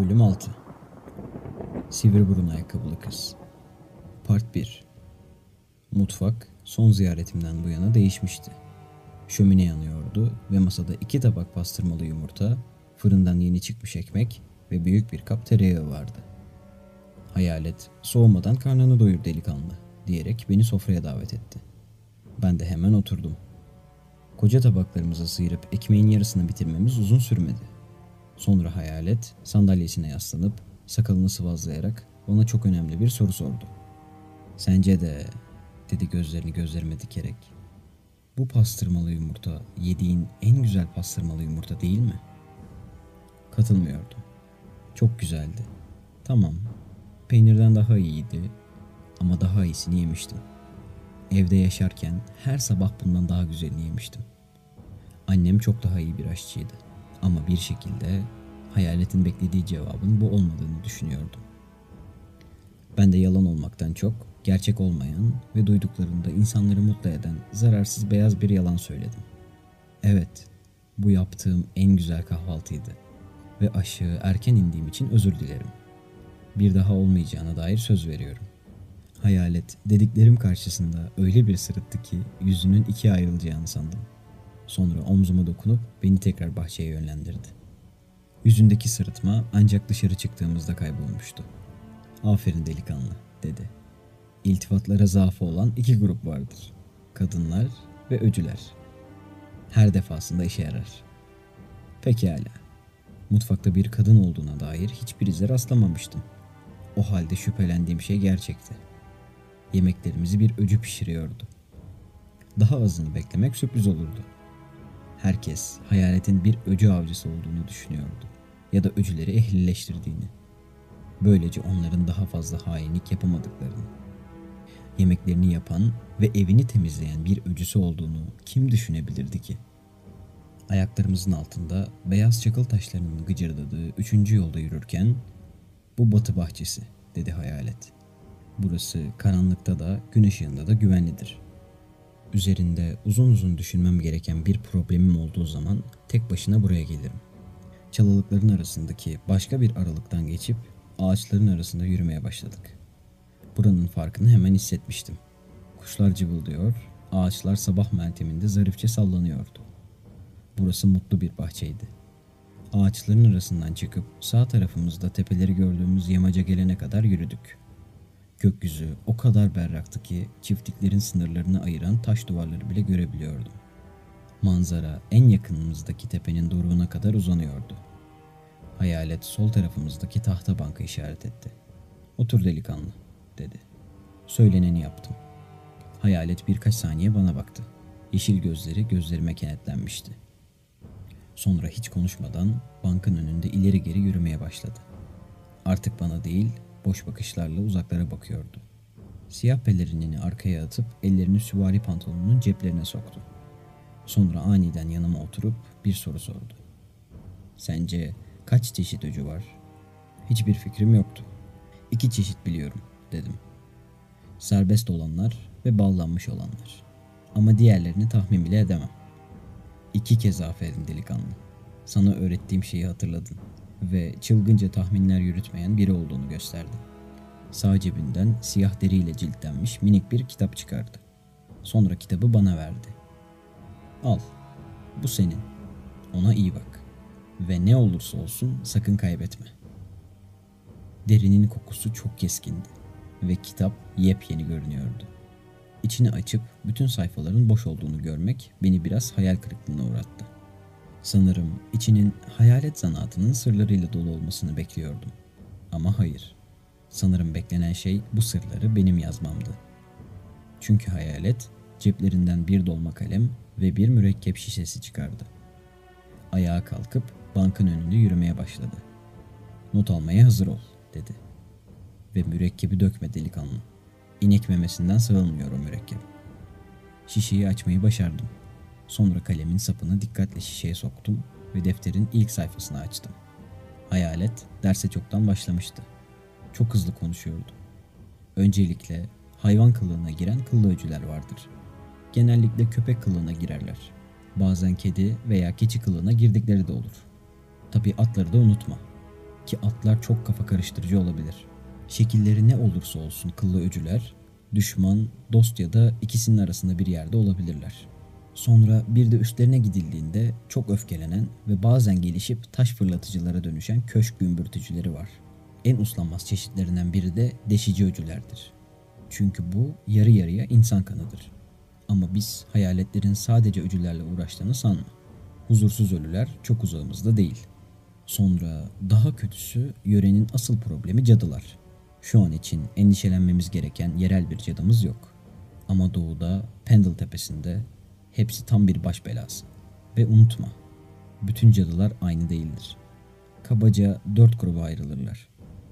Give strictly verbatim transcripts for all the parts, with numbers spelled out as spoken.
Bölüm altı. Sivriburun Ayakkabılı Kız. Part bir. Mutfak son ziyaretimden bu yana değişmişti. Şömine yanıyordu ve masada iki tabak pastırmalı yumurta, fırından yeni çıkmış ekmek ve büyük bir kap tereyağı vardı. Hayalet, "Soğumadan karnını doyur delikanlı," diyerek beni sofraya davet etti. Ben de hemen oturdum. Koca tabaklarımıza sıyırıp ekmeğin yarısını bitirmemiz uzun sürmedi. Sonra hayalet sandalyesine yaslanıp sakalını sıvazlayarak bana çok önemli bir soru sordu. "Sence de," dedi gözlerini gözlerime dikerek, "bu pastırmalı yumurta yediğin en güzel pastırmalı yumurta değil mi?" Katılmıyordum. Çok güzeldi. Tamam, peynirden daha iyiydi ama daha iyisini yemiştim. Evde yaşarken her sabah bundan daha güzelini yemiştim. Annem çok daha iyi bir aşçıydı ama bir şekilde hayaletin beklediği cevabın bu olmadığını düşünüyordum. Ben de yalan olmaktan çok gerçek olmayan ve duyduklarında insanları mutlu eden zararsız beyaz bir yalan söyledim. Evet, bu yaptığım en güzel kahvaltıydı ve aşağı erken indiğim için özür dilerim. Bir daha olmayacağına dair söz veriyorum. Hayalet dediklerim karşısında öyle bir sırıttı ki yüzünün ikiye ayrılacağını sandım. Sonra omzuma dokunup beni tekrar bahçeye yönlendirdi. Yüzündeki sırıtma ancak dışarı çıktığımızda kaybolmuştu. "Aferin delikanlı," dedi. "İltifatlara zaafı olan iki grup vardır. Kadınlar ve öcüler. Her defasında işe yarar." Pekala. Mutfakta bir kadın olduğuna dair hiçbir ize rastlamamıştım. O halde şüphelendiğim şey gerçekti. Yemeklerimizi bir öcü pişiriyordu. Daha azını beklemek sürpriz olurdu. Herkes hayaletin bir öcü avcısı olduğunu düşünüyordu ya da öcüleri ehlileştirdiğini. Böylece onların daha fazla hainlik yapamadıklarını. Yemeklerini yapan ve evini temizleyen bir öcüsü olduğunu kim düşünebilirdi ki? Ayaklarımızın altında beyaz çakıl taşlarının gıcırdadığı üçüncü yolda yürürken, "Bu batı bahçesi," dedi hayalet. "Burası karanlıkta da gün ışığında da güvenlidir. Üzerinde uzun uzun düşünmem gereken bir problemim olduğu zaman tek başına buraya gelirim." Çalılıkların arasındaki başka bir aralıktan geçip ağaçların arasında yürümeye başladık. Buranın farkını hemen hissetmiştim. Kuşlar cıvıldıyor, ağaçlar sabah melteminde zarifçe sallanıyordu. Burası mutlu bir bahçeydi. Ağaçların arasından çıkıp sağ tarafımızda tepeleri gördüğümüz yamaca gelene kadar yürüdük. Gökyüzü o kadar berraktı ki çiftliklerin sınırlarını ayıran taş duvarları bile görebiliyordum. Manzara en yakınımızdaki tepenin doruğuna kadar uzanıyordu. Hayalet sol tarafımızdaki tahta banka işaret etti. "Otur delikanlı," dedi. Söyleneni yaptım. Hayalet birkaç saniye bana baktı. Yeşil gözleri gözlerime kenetlenmişti. Sonra hiç konuşmadan bankın önünde ileri geri yürümeye başladı. Artık bana değil, boş bakışlarla uzaklara bakıyordu. Siyah pelerinini arkaya atıp ellerini süvari pantolonunun ceplerine soktu. Sonra aniden yanıma oturup bir soru sordu. "Sence kaç çeşit öcü var?" Hiçbir fikrim yoktu. "İki çeşit biliyorum," dedim. "Serbest olanlar ve ballanmış olanlar. Ama diğerlerini tahmin bile edemem." "İki kez aferin delikanlı. Sana öğrettiğim şeyi hatırladın ve çılgınca tahminler yürütmeyen biri olduğunu gösterdi." Sağ cebinden siyah deriyle ciltlenmiş minik bir kitap çıkardı. Sonra kitabı bana verdi. "Al, bu senin. Ona iyi bak ve ne olursa olsun sakın kaybetme." Derinin kokusu çok keskindi ve kitap yepyeni görünüyordu. İçini açıp bütün sayfaların boş olduğunu görmek beni biraz hayal kırıklığına uğrattı. Sanırım içinin hayalet zanaatının sırlarıyla dolu olmasını bekliyordum. Ama hayır. Sanırım beklenen şey bu sırları benim yazmamdı. Çünkü hayalet ceplerinden bir dolma kalem ve bir mürekkep şişesi çıkardı. Ayağa kalkıp bankın önünde yürümeye başladı. "Not almaya hazır ol," dedi. "Ve mürekkebi dökme delikanlı. İnek memesinden sağılmıyor o mürekkep." Şişeyi açmayı başardım. Sonra kalemin sapını dikkatle şişeye soktum ve defterin ilk sayfasını açtım. Hayalet derse çoktan başlamıştı. Çok hızlı konuşuyordu. "Öncelikle hayvan kılığına giren kıllı öcüler vardır. Genellikle köpek kılığına girerler. Bazen kedi veya keçi kılığına girdikleri de olur. Tabii atları da unutma. Ki atlar çok kafa karıştırıcı olabilir. Şekilleri ne olursa olsun kıllı öcüler, düşman, dost ya da ikisinin arasında bir yerde olabilirler. Sonra bir de üstlerine gidildiğinde çok öfkelenen ve bazen gelişip taş fırlatıcılara dönüşen köşk gümbürtücüleri var. En uslanmaz çeşitlerinden biri de deşici öcülerdir. Çünkü bu yarı yarıya insan kanıdır. Ama biz hayaletlerin sadece öcülerle uğraştığını sanma. Huzursuz ölüler çok uzağımızda değil. Sonra daha kötüsü yörenin asıl problemi cadılar. Şu an için endişelenmemiz gereken yerel bir cadımız yok. Ama doğuda, Pendle Tepesi'nde hepsi tam bir baş belası. Ve unutma, bütün cadılar aynı değildir. Kabaca dört gruba ayrılırlar.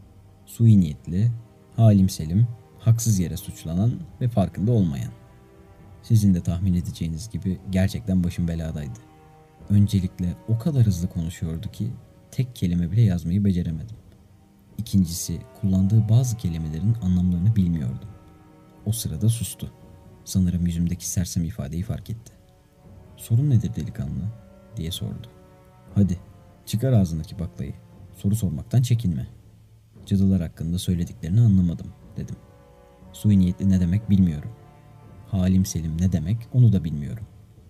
Sui niyetli, halim selim, haksız yere suçlanan ve farkında olmayan. Sizin de tahmin edeceğiniz gibi gerçekten başım beladaydı. Öncelikle o kadar hızlı konuşuyordu ki tek kelime bile yazmayı beceremedim. İkincisi, kullandığı bazı kelimelerin anlamlarını bilmiyordum. O sırada sustu. Sanırım yüzümdeki sersem ifadeyi fark etti. "Sorun nedir delikanlı?" diye sordu. "Hadi, çıkar ağzındaki baklayı. Soru sormaktan çekinme." "Cadılar hakkında söylediklerini anlamadım," dedim. "Sui niyetli ne demek bilmiyorum. Halim selim ne demek onu da bilmiyorum."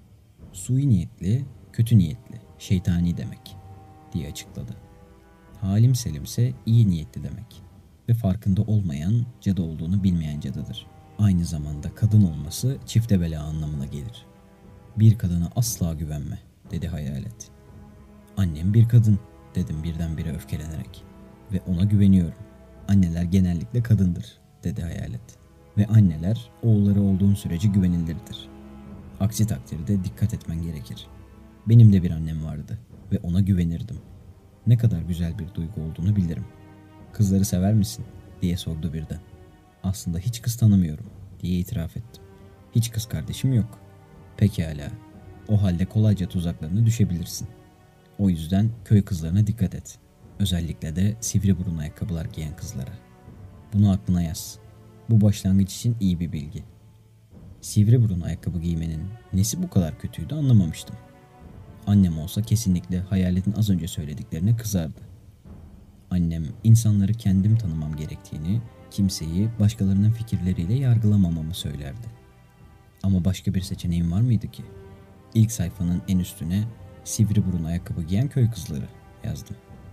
"Sui niyetli, kötü niyetli, şeytani demek," diye açıkladı. "Halim selim ise iyi niyetli demek ve farkında olmayan, cadı olduğunu bilmeyen cadıdır. Aynı zamanda kadın olması çifte bela anlamına gelir." "Bir kadına asla güvenme," dedi hayalet. "Annem bir kadın," dedim birdenbire öfkelenerek. "Ve ona güveniyorum. Anneler genellikle kadındır," dedi hayalet. "Ve anneler oğulları olduğun sürece güvenilirdir. Aksi takdirde dikkat etmen gerekir. Benim de bir annem vardı ve ona güvenirdim. Ne kadar güzel bir duygu olduğunu bilirim." "Kızları sever misin?" diye sordu birden. "Aslında hiç kız tanımıyorum," diye itiraf ettim. "Hiç kız kardeşim yok." "Pekala. O halde kolayca tuzaklarına düşebilirsin. O yüzden köy kızlarına dikkat et. Özellikle de sivri burun ayakkabılar giyen kızlara. Bunu aklına yaz. Bu başlangıç için iyi bir bilgi." Sivri burun ayakkabı giymenin nesi bu kadar kötüydü anlamamıştım. Annem olsa kesinlikle hayaletin az önce söylediklerine kızardı. Annem insanları kendim tanımam gerektiğini, kimseyi başkalarının fikirleriyle yargılamamamı söylerdi. Ama başka bir seçeneğim var mıydı ki? İlk sayfanın en üstüne "sivri burun ayakkabı giyen köy kızları" yazdım.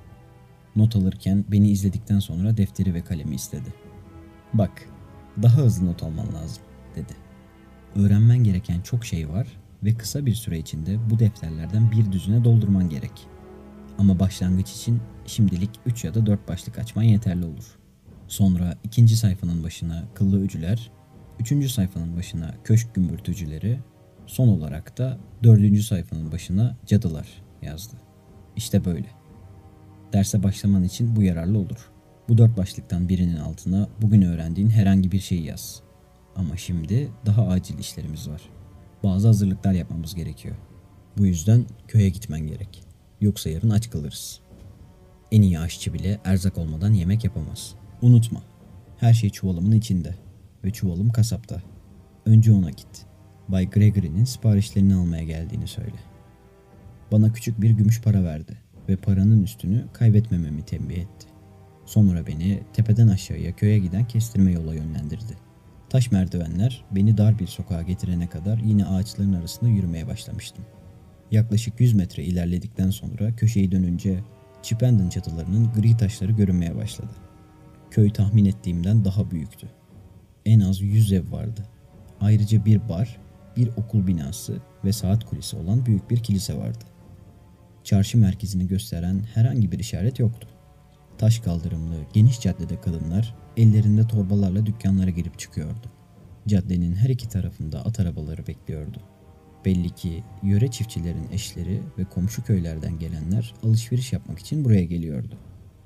Not alırken beni izledikten sonra defteri ve kalemi istedi. "Bak, daha hızlı not alman lazım," dedi. "Öğrenmen gereken çok şey var ve kısa bir süre içinde bu defterlerden bir düzine doldurman gerek. Ama başlangıç için şimdilik üç ya da dört başlık açman yeterli olur. Sonra ikinci sayfanın başına kıllı öcüler, üçüncü sayfanın başına köşk gümbürtücüleri, son olarak da dördüncü sayfanın başına cadılar" yazdı. "İşte böyle. Derse başlaman için bu yararlı olur. Bu dört başlıktan birinin altına bugün öğrendiğin herhangi bir şeyi yaz. Ama şimdi daha acil işlerimiz var. Bazı hazırlıklar yapmamız gerekiyor. Bu yüzden köye gitmen gerek. Yoksa yarın aç kalırız. En iyi aşçı bile erzak olmadan yemek yapamaz. Unutma, her şey çuvalımın içinde ve çuvalım kasapta. Önce ona git. Bay Gregory'nin siparişlerini almaya geldiğini söyle." Bana küçük bir gümüş para verdi ve paranın üstünü kaybetmememi tembih etti. Sonra beni tepeden aşağıya köye giden kestirme yola yönlendirdi. Taş merdivenler beni dar bir sokağa getirene kadar yine ağaçların arasında yürümeye başlamıştım. Yaklaşık yüz metre ilerledikten sonra köşeyi dönünce Chipenden çatılarının gri taşları görünmeye başladı. Köy tahmin ettiğimden daha büyüktü. En az yüz ev vardı. Ayrıca bir bar, bir okul binası ve saat kulesi olan büyük bir kilise vardı. Çarşı merkezini gösteren herhangi bir işaret yoktu. Taş kaldırımlı, geniş caddede kadınlar ellerinde torbalarla dükkanlara girip çıkıyordu. Caddenin her iki tarafında at arabaları bekliyordu. Belli ki yöre çiftçilerin eşleri ve komşu köylerden gelenler alışveriş yapmak için buraya geliyordu.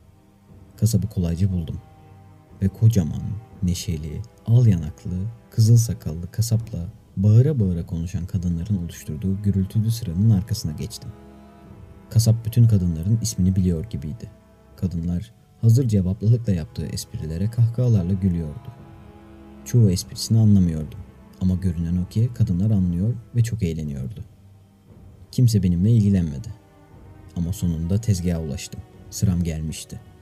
Kasabı kolayca buldum ve kocaman, neşeli, al yanaklı, kızıl sakallı kasapla bağıra bağıra konuşan kadınların oluşturduğu gürültülü sıranın arkasına geçtim. Kasap bütün kadınların ismini biliyor gibiydi. Kadınlar hazır cevaplılıkla yaptığı esprilere kahkahalarla gülüyordu. Çoğu esprisini anlamıyordum ama görünen o ki kadınlar anlıyor ve çok eğleniyordu. Kimse benimle ilgilenmedi. Ama sonunda tezgaha ulaştım. Sıram gelmişti.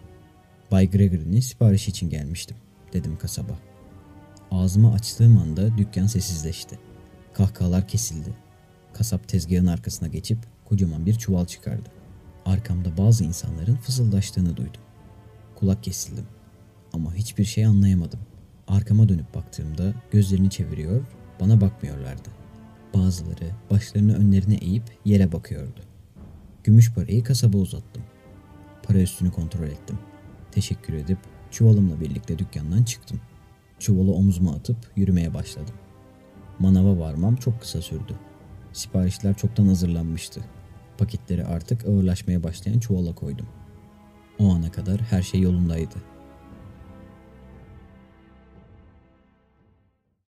Bay Gregory'nin siparişi için gelmiştim, dedim kasaba. Ağzımı açtığım anda dükkan sessizleşti. Kahkahalar kesildi. Kasap tezgahın arkasına geçip kocaman bir çuval çıkardı. Arkamda bazı insanların fısıldaştığını duydum. Kulak kesildim. Ama hiçbir şey anlayamadım. Arkama dönüp baktığımda gözlerini çeviriyor, bana bakmıyorlardı. Bazıları başlarını önlerine eğip yere bakıyordu. Gümüş parayı kasaba uzattım. Para üstünü kontrol ettim. Teşekkür edip çuvalımla birlikte dükkandan çıktım. Çuvalı omzuma atıp yürümeye başladım. Manava varmam çok kısa sürdü. Siparişler çoktan hazırlanmıştı. Paketleri artık ağırlaşmaya başlayan çuvala koydum. O ana kadar her şey yolundaydı.